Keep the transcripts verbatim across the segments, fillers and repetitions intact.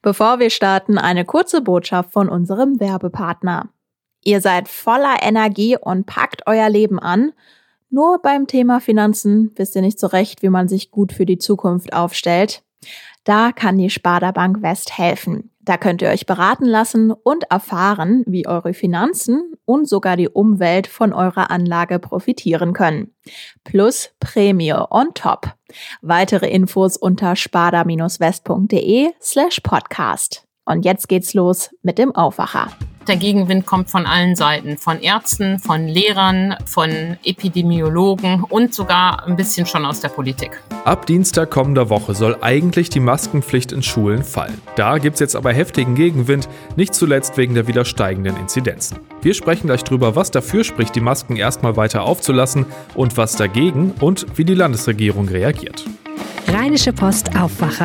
Bevor wir starten, eine kurze Botschaft von unserem Werbepartner. Ihr seid voller Energie und packt euer Leben an. Nur beim Thema Finanzen wisst ihr nicht so recht, wie man sich gut für die Zukunft aufstellt. Da kann die Sparda Bank West helfen. Da könnt ihr euch beraten lassen und erfahren, wie eure Finanzen und sogar die Umwelt von eurer Anlage profitieren können. Plus Prämie on top. Weitere Infos unter sparda-west.de slash podcast. Und jetzt geht's los mit dem Aufwacher. Der Gegenwind kommt von allen Seiten, von Ärzten, von Lehrern, von Epidemiologen und sogar ein bisschen schon aus der Politik. Ab Dienstag kommender Woche soll eigentlich die Maskenpflicht in Schulen fallen. Da gibt's jetzt aber heftigen Gegenwind, nicht zuletzt wegen der wieder steigenden Inzidenzen. Wir sprechen gleich drüber, was dafür spricht, die Masken erstmal weiter aufzulassen und was dagegen und wie die Landesregierung reagiert. Rheinische Post Aufwacher.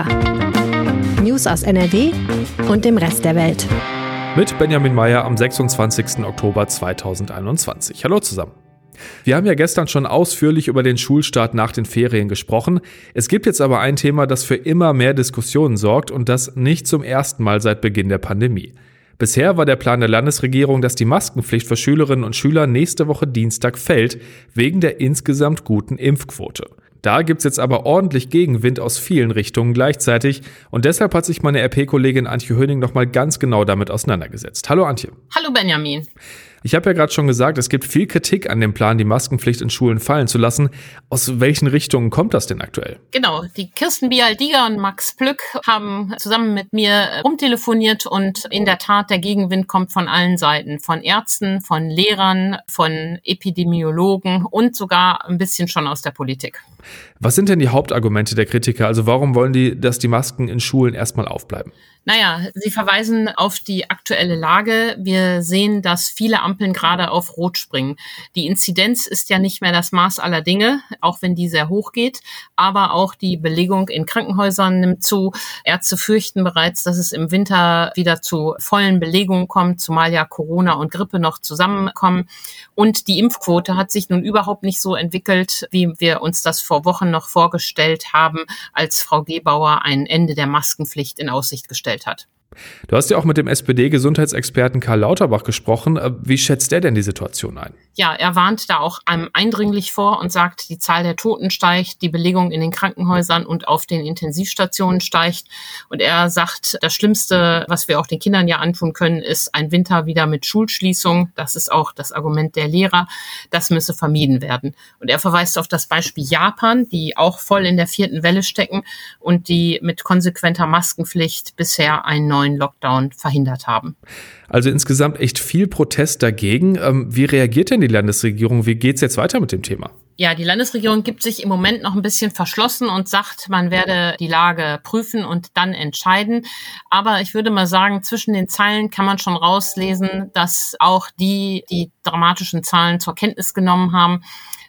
News aus N R W und dem Rest der Welt. Mit Benjamin Meyer am sechsundzwanzigsten Oktober zweitausendeinundzwanzig. Hallo zusammen. Wir haben ja gestern schon ausführlich über den Schulstart nach den Ferien gesprochen. Es gibt jetzt aber ein Thema, das für immer mehr Diskussionen sorgt und das nicht zum ersten Mal seit Beginn der Pandemie. Bisher war der Plan der Landesregierung, dass die Maskenpflicht für Schülerinnen und Schüler nächste Woche Dienstag fällt, wegen der insgesamt guten Impfquote. Da gibt's jetzt aber ordentlich Gegenwind aus vielen Richtungen gleichzeitig und deshalb hat sich meine R P-Kollegin Antje Höning nochmal ganz genau damit auseinandergesetzt. Hallo Antje. Hallo Benjamin. Ich habe ja gerade schon gesagt, es gibt viel Kritik an dem Plan, die Maskenpflicht in Schulen fallen zu lassen. Aus welchen Richtungen kommt das denn aktuell? Genau, die Kirsten Bialdiger und Max Plück haben zusammen mit mir rumtelefoniert und in der Tat, der Gegenwind kommt von allen Seiten. Von Ärzten, von Lehrern, von Epidemiologen und sogar ein bisschen schon aus der Politik. Was sind denn die Hauptargumente der Kritiker? Also warum wollen die, dass die Masken in Schulen erstmal aufbleiben? Naja, sie verweisen auf die aktuelle Lage. Wir sehen, dass viele Ampeln gerade auf Rot springen. Die Inzidenz ist ja nicht mehr das Maß aller Dinge, auch wenn die sehr hoch geht. Aber auch die Belegung in Krankenhäusern nimmt zu. Ärzte fürchten bereits, dass es im Winter wieder zu vollen Belegungen kommt, zumal ja Corona und Grippe noch zusammenkommen. Und die Impfquote hat sich nun überhaupt nicht so entwickelt, wie wir uns das vor Wochen noch vorgestellt haben, als Frau Gebauer ein Ende der Maskenpflicht in Aussicht gestellt hat. Du hast ja auch mit dem S P D-Gesundheitsexperten Karl Lauterbach gesprochen. Wie schätzt er denn die Situation ein? Ja, er warnt da auch einem eindringlich vor und sagt, die Zahl der Toten steigt, die Belegung in den Krankenhäusern und auf den Intensivstationen steigt. Und er sagt, das Schlimmste, was wir auch den Kindern ja antun können, ist ein Winter wieder mit Schulschließung. Das ist auch das Argument der Lehrer. Das müsse vermieden werden. Und er verweist auf das Beispiel Japan, die auch voll in der vierten Welle stecken und die mit konsequenter Maskenpflicht bisher einen neuen Lockdown verhindert haben. Also insgesamt echt viel Protest dagegen. Wie reagiert denn die Landesregierung? Wie geht's jetzt weiter mit dem Thema? Ja, die Landesregierung gibt sich im Moment noch ein bisschen verschlossen und sagt, man werde die Lage prüfen und dann entscheiden. Aber ich würde mal sagen, zwischen den Zeilen kann man schon rauslesen, dass auch die, die dramatischen Zahlen zur Kenntnis genommen haben.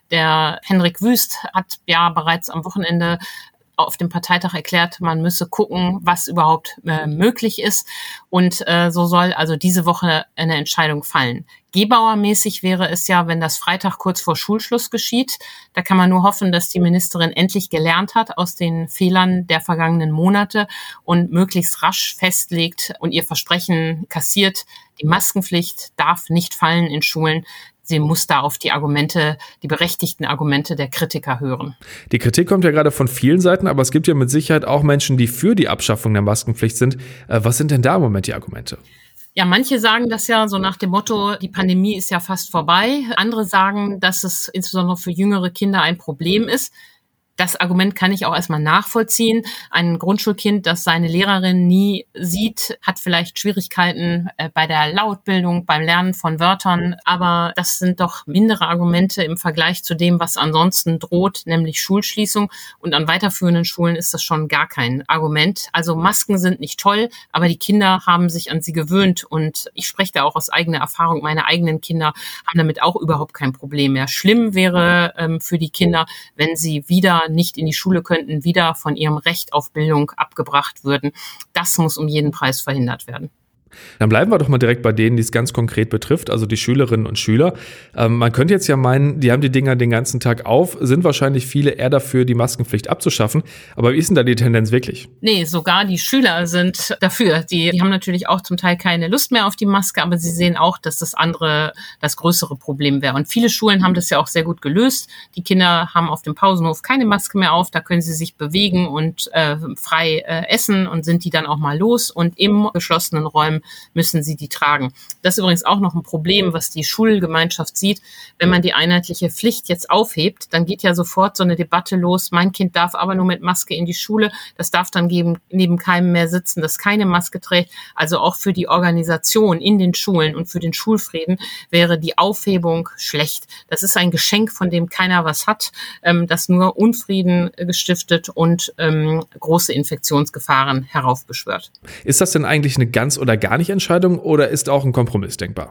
Der Henrik Wüst hat ja bereits am Wochenende auf dem Parteitag erklärt, man müsse gucken, was überhaupt äh, möglich ist. Und äh, so soll also diese Woche eine Entscheidung fallen. Gebauer-mäßig wäre es ja, wenn das Freitag kurz vor Schulschluss geschieht. Da kann man nur hoffen, dass die Ministerin endlich gelernt hat aus den Fehlern der vergangenen Monate und möglichst rasch festlegt und ihr Versprechen kassiert, die Maskenpflicht darf nicht fallen in Schulen. Sie muss da auf die Argumente, die berechtigten Argumente der Kritiker hören. Die Kritik kommt ja gerade von vielen Seiten, aber es gibt ja mit Sicherheit auch Menschen, die für die Abschaffung der Maskenpflicht sind. Was sind denn da im Moment die Argumente? Ja, manche sagen das ja so nach dem Motto, die Pandemie ist ja fast vorbei. Andere sagen, dass es insbesondere für jüngere Kinder ein Problem ist. Das Argument kann ich auch erstmal nachvollziehen. Ein Grundschulkind, das seine Lehrerin nie sieht, hat vielleicht Schwierigkeiten bei der Lautbildung, beim Lernen von Wörtern. Aber das sind doch mindere Argumente im Vergleich zu dem, was ansonsten droht, nämlich Schulschließung. Und an weiterführenden Schulen ist das schon gar kein Argument. Also Masken sind nicht toll, aber die Kinder haben sich an sie gewöhnt. Und ich spreche da auch aus eigener Erfahrung. Meine eigenen Kinder haben damit auch überhaupt kein Problem mehr. Schlimm wäre ähm, für die Kinder, wenn sie wieder nicht in die Schule könnten, wieder von ihrem Recht auf Bildung abgebracht würden. Das muss um jeden Preis verhindert werden. Dann bleiben wir doch mal direkt bei denen, die es ganz konkret betrifft, also die Schülerinnen und Schüler. Ähm, man könnte jetzt ja meinen, die haben die Dinger den ganzen Tag auf, sind wahrscheinlich viele eher dafür, die Maskenpflicht abzuschaffen. Aber wie ist denn da die Tendenz wirklich? Nee, sogar die Schüler sind dafür. Die, die haben natürlich auch zum Teil keine Lust mehr auf die Maske, aber sie sehen auch, dass das andere das größere Problem wäre. Und viele Schulen haben das ja auch sehr gut gelöst. Die Kinder haben auf dem Pausenhof keine Maske mehr auf, da können sie sich bewegen und äh, frei äh, essen und sind die dann auch mal los. Und im geschlossenen Räumen müssen sie die tragen. Das ist übrigens auch noch ein Problem, was die Schulgemeinschaft sieht. Wenn man die einheitliche Pflicht jetzt aufhebt, dann geht ja sofort so eine Debatte los. Mein Kind darf aber nur mit Maske in die Schule. Das darf dann geben, neben keinem mehr sitzen, das keine Maske trägt. Also auch für die Organisation in den Schulen und für den Schulfrieden wäre die Aufhebung schlecht. Das ist ein Geschenk, von dem keiner was hat, ähm, das nur Unfrieden gestiftet und ähm, große Infektionsgefahren heraufbeschwört. Ist das denn eigentlich eine ganz oder gar nicht Entscheidung oder ist auch ein Kompromiss denkbar?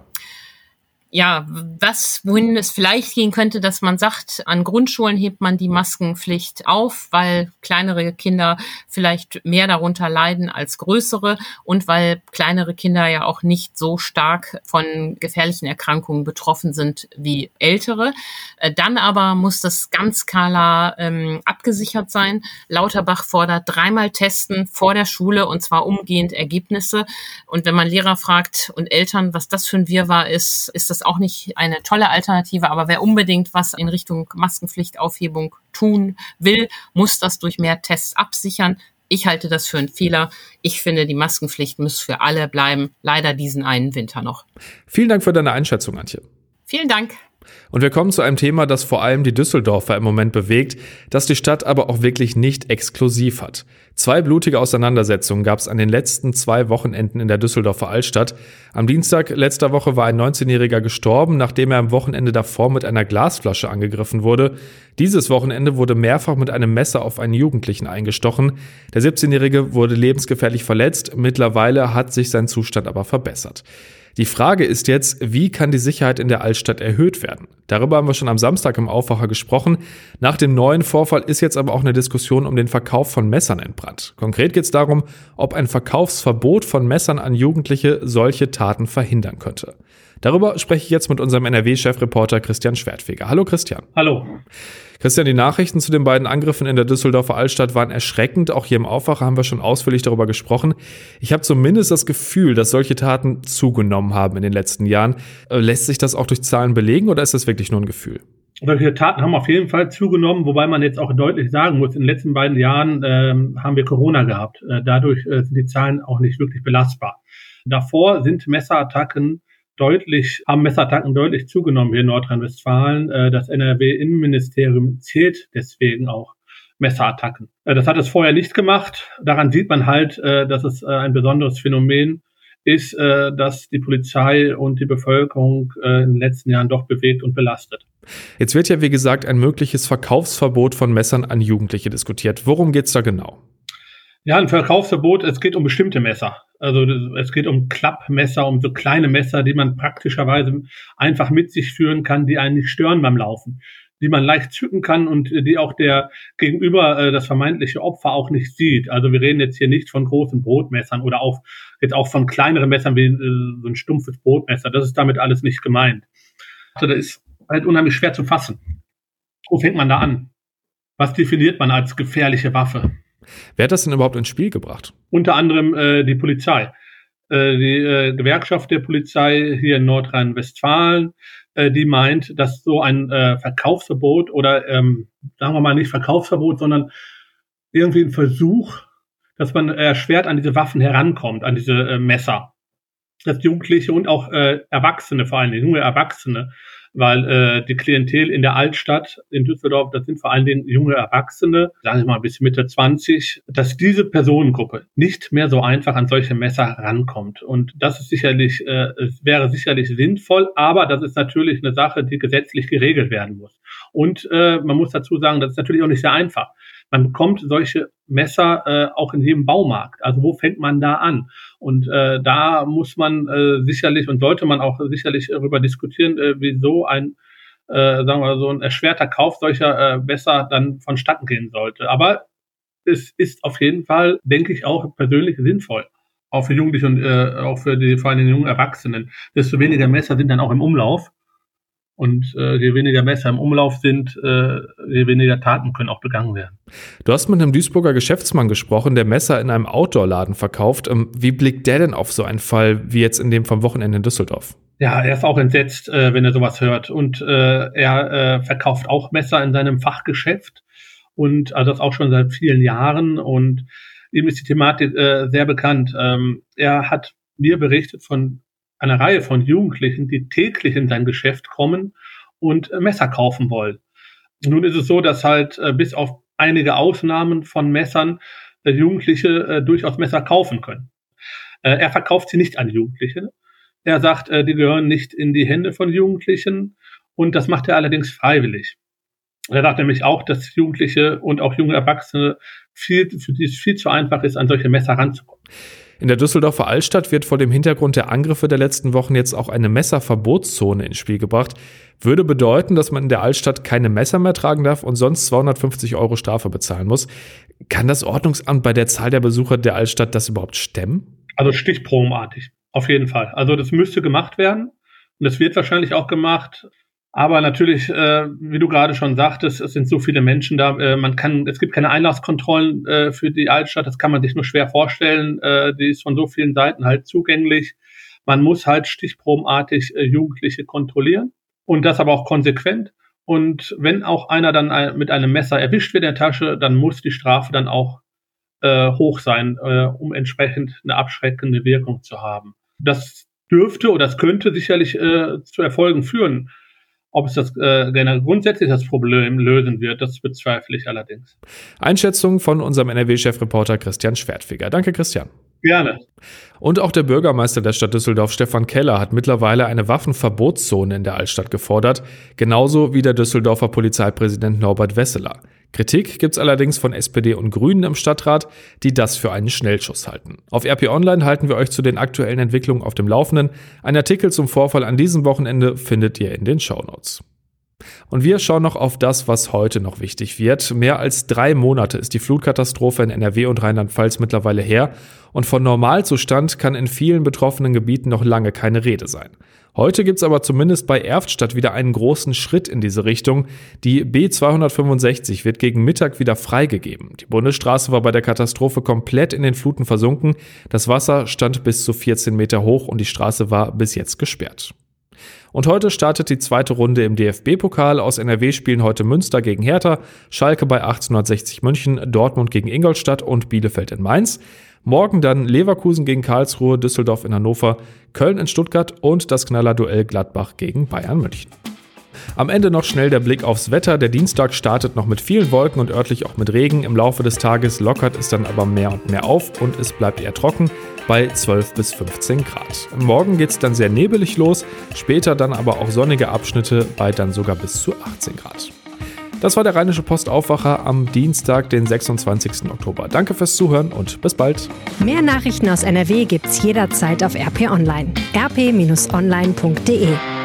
Ja, was, wohin es vielleicht gehen könnte, dass man sagt, an Grundschulen hebt man die Maskenpflicht auf, weil kleinere Kinder vielleicht mehr darunter leiden als größere und weil kleinere Kinder ja auch nicht so stark von gefährlichen Erkrankungen betroffen sind wie ältere. Dann aber muss das ganz klar ähm, abgesichert sein. Lauterbach fordert dreimal testen vor der Schule und zwar umgehend Ergebnisse. Und wenn man Lehrer fragt und Eltern, was das für ein Wirrwarr ist, ist das auch nicht eine tolle Alternative, aber wer unbedingt was in Richtung Maskenpflichtaufhebung tun will, muss das durch mehr Tests absichern. Ich halte das für einen Fehler. Ich finde, die Maskenpflicht muss für alle bleiben. Leider diesen einen Winter noch. Vielen Dank für deine Einschätzung, Antje. Vielen Dank. Und wir kommen zu einem Thema, das vor allem die Düsseldorfer im Moment bewegt, das die Stadt aber auch wirklich nicht exklusiv hat. Zwei blutige Auseinandersetzungen gab es an den letzten zwei Wochenenden in der Düsseldorfer Altstadt. Am Dienstag letzter Woche war ein neunzehnjähriger gestorben, nachdem er am Wochenende davor mit einer Glasflasche angegriffen wurde. Dieses Wochenende wurde mehrfach mit einem Messer auf einen Jugendlichen eingestochen. Der siebzehnjährige wurde lebensgefährlich verletzt. Mittlerweile hat sich sein Zustand aber verbessert. Die Frage ist jetzt, wie kann die Sicherheit in der Altstadt erhöht werden? Darüber haben wir schon am Samstag im Aufwacher gesprochen. Nach dem neuen Vorfall ist jetzt aber auch eine Diskussion um den Verkauf von Messern entbrannt. Konkret geht es darum, ob ein Verkaufsverbot von Messern an Jugendliche solche Taten verhindern könnte. Darüber spreche ich jetzt mit unserem N R W-Chefreporter Christian Schwertfeger. Hallo Christian. Hallo. Christian, die Nachrichten zu den beiden Angriffen in der Düsseldorfer Altstadt waren erschreckend. Auch hier im Aufwacher haben wir schon ausführlich darüber gesprochen. Ich habe zumindest das Gefühl, dass solche Taten zugenommen haben in den letzten Jahren. Lässt sich das auch durch Zahlen belegen oder ist das wirklich nur ein Gefühl? Solche Taten haben auf jeden Fall zugenommen, wobei man jetzt auch deutlich sagen muss, in den letzten beiden Jahren ähm, haben wir Corona gehabt. Äh, dadurch äh, sind die Zahlen auch nicht wirklich belastbar. Davor sind Messerattacken deutlich, haben Messerattacken deutlich zugenommen hier in Nordrhein-Westfalen. Das N R W-Innenministerium zählt deswegen auch Messerattacken. Das hat es vorher nicht gemacht. Daran sieht man halt, dass es ein besonderes Phänomen ist, dass die Polizei und die Bevölkerung in den letzten Jahren doch bewegt und belastet. Jetzt wird ja, wie gesagt, ein mögliches Verkaufsverbot von Messern an Jugendliche diskutiert. Worum geht's da genau? Ja, ein Verkaufsverbot, es geht um bestimmte Messer. Also es geht um Klappmesser, um so kleine Messer, die man praktischerweise einfach mit sich führen kann, die einen nicht stören beim Laufen, die man leicht zücken kann und die auch der Gegenüber, äh, das vermeintliche Opfer, auch nicht sieht. Also wir reden jetzt hier nicht von großen Brotmessern oder auch jetzt auch von kleineren Messern wie äh, so ein stumpfes Brotmesser. Das ist damit alles nicht gemeint. Also das ist halt unheimlich schwer zu fassen. Wo fängt man da an? Was definiert man als gefährliche Waffe? Wer hat das denn überhaupt ins Spiel gebracht? Unter anderem äh, die Polizei. Äh, die äh, Gewerkschaft der Polizei hier in Nordrhein-Westfalen, äh, die meint, dass so ein äh, Verkaufsverbot oder ähm, sagen wir mal nicht Verkaufsverbot, sondern irgendwie ein Versuch, dass man erschwert an diese Waffen herankommt, an diese äh, Messer. Dass Jugendliche und auch äh, Erwachsene, vor allem junge Erwachsene, weil äh, die Klientel in der Altstadt in Düsseldorf, das sind vor allen Dingen junge Erwachsene, sagen wir mal bis Mitte zwanzig, dass diese Personengruppe nicht mehr so einfach an solche Messer rankommt. Und das ist sicherlich, äh, es wäre sicherlich sinnvoll, aber das ist natürlich eine Sache, die gesetzlich geregelt werden muss. Und äh, man muss dazu sagen, das ist natürlich auch nicht sehr einfach. Man bekommt solche Messer äh, auch in jedem Baumarkt. Also wo fängt man da an? Und äh, da muss man äh, sicherlich und sollte man auch sicherlich darüber diskutieren, äh, wieso ein, äh, sagen wir so ein erschwerter Kauf solcher äh, Messer dann vonstatten gehen sollte. Aber es ist auf jeden Fall, denke ich, auch persönlich sinnvoll. auch für Jugendliche und äh, auch für die vor allem die jungen Erwachsenen. Desto weniger Messer sind dann auch im Umlauf. Und äh, je weniger Messer im Umlauf sind, äh, je weniger Taten können auch begangen werden. Du hast mit einem Duisburger Geschäftsmann gesprochen, der Messer in einem Outdoor-Laden verkauft. Wie blickt der denn auf so einen Fall wie jetzt in dem vom Wochenende in Düsseldorf? Ja, er ist auch entsetzt, äh, wenn er sowas hört. Und äh, er äh, verkauft auch Messer in seinem Fachgeschäft. Und also das auch schon seit vielen Jahren. Und ihm ist die Thematik äh, sehr bekannt. Ähm, er hat mir berichtet von einer Reihe von Jugendlichen, die täglich in sein Geschäft kommen und äh, Messer kaufen wollen. Nun ist es so, dass halt äh, bis auf einige Ausnahmen von Messern äh, Jugendliche äh, durchaus Messer kaufen können. Äh, er verkauft sie nicht an Jugendliche. Er sagt, äh, die gehören nicht in die Hände von Jugendlichen und das macht er allerdings freiwillig. Er sagt nämlich auch, dass Jugendliche und auch junge Erwachsene viel, für die es viel zu einfach ist, an solche Messer ranzukommen. In der Düsseldorfer Altstadt wird vor dem Hintergrund der Angriffe der letzten Wochen jetzt auch eine Messerverbotszone ins Spiel gebracht. Würde bedeuten, dass man in der Altstadt keine Messer mehr tragen darf und sonst zweihundertfünfzig Euro Strafe bezahlen muss. Kann das Ordnungsamt bei der Zahl der Besucher der Altstadt das überhaupt stemmen? Also stichprobenartig, auf jeden Fall. Also das müsste gemacht werden und das wird wahrscheinlich auch gemacht. Aber natürlich, äh, wie du gerade schon sagtest, es sind so viele Menschen da, äh, man kann, es gibt keine Einlasskontrollen äh, für die Altstadt, das kann man sich nur schwer vorstellen, äh, die ist von so vielen Seiten halt zugänglich. Man muss halt stichprobenartig äh, Jugendliche kontrollieren und das aber auch konsequent. Und wenn auch einer dann ein, mit einem Messer erwischt wird in der Tasche, dann muss die Strafe dann auch äh, hoch sein, äh, um entsprechend eine abschreckende Wirkung zu haben. Das dürfte oder das könnte sicherlich äh, zu Erfolgen führen. Ob es das äh, grundsätzlich das Problem lösen wird, das bezweifle ich allerdings. Einschätzung von unserem N R W-Chefreporter Christian Schwertfeger. Danke, Christian. Gerne. Und auch der Bürgermeister der Stadt Düsseldorf, Stefan Keller, hat mittlerweile eine Waffenverbotszone in der Altstadt gefordert, genauso wie der Düsseldorfer Polizeipräsident Norbert Wesseler. Kritik gibt's allerdings von S P D und Grünen im Stadtrat, die das für einen Schnellschuss halten. Auf R P Online halten wir euch zu den aktuellen Entwicklungen auf dem Laufenden. Ein Artikel zum Vorfall an diesem Wochenende findet ihr in den Shownotes. Und wir schauen noch auf das, was heute noch wichtig wird. Mehr als drei Monate ist die Flutkatastrophe in N R W und Rheinland-Pfalz mittlerweile her und von Normalzustand kann in vielen betroffenen Gebieten noch lange keine Rede sein. Heute gibt's aber zumindest bei Erftstadt wieder einen großen Schritt in diese Richtung. Die B zweihundertfünfundsechzig wird gegen Mittag wieder freigegeben. Die Bundesstraße war bei der Katastrophe komplett in den Fluten versunken. Das Wasser stand bis zu vierzehn Meter hoch und die Straße war bis jetzt gesperrt. Und heute startet die zweite Runde im D F B-Pokal. Aus N R W spielen heute Münster gegen Hertha, Schalke bei achtzehnhundertsechzig München, Dortmund gegen Ingolstadt und Bielefeld in Mainz. Morgen dann Leverkusen gegen Karlsruhe, Düsseldorf in Hannover, Köln in Stuttgart und das Knallerduell Gladbach gegen Bayern München. Am Ende noch schnell der Blick aufs Wetter. Der Dienstag startet noch mit vielen Wolken und örtlich auch mit Regen. Im Laufe des Tages lockert es dann aber mehr und mehr auf und es bleibt eher trocken bei zwölf bis fünfzehn Grad. Morgen geht es dann sehr nebelig los, später dann aber auch sonnige Abschnitte bei dann sogar bis zu achtzehn Grad. Das war der Rheinische Post Aufwacher am Dienstag, den sechsundzwanzigsten Oktober. Danke fürs Zuhören und bis bald. Mehr Nachrichten aus N R W gibt's jederzeit auf R P Online. r p Bindestrich online punkt d e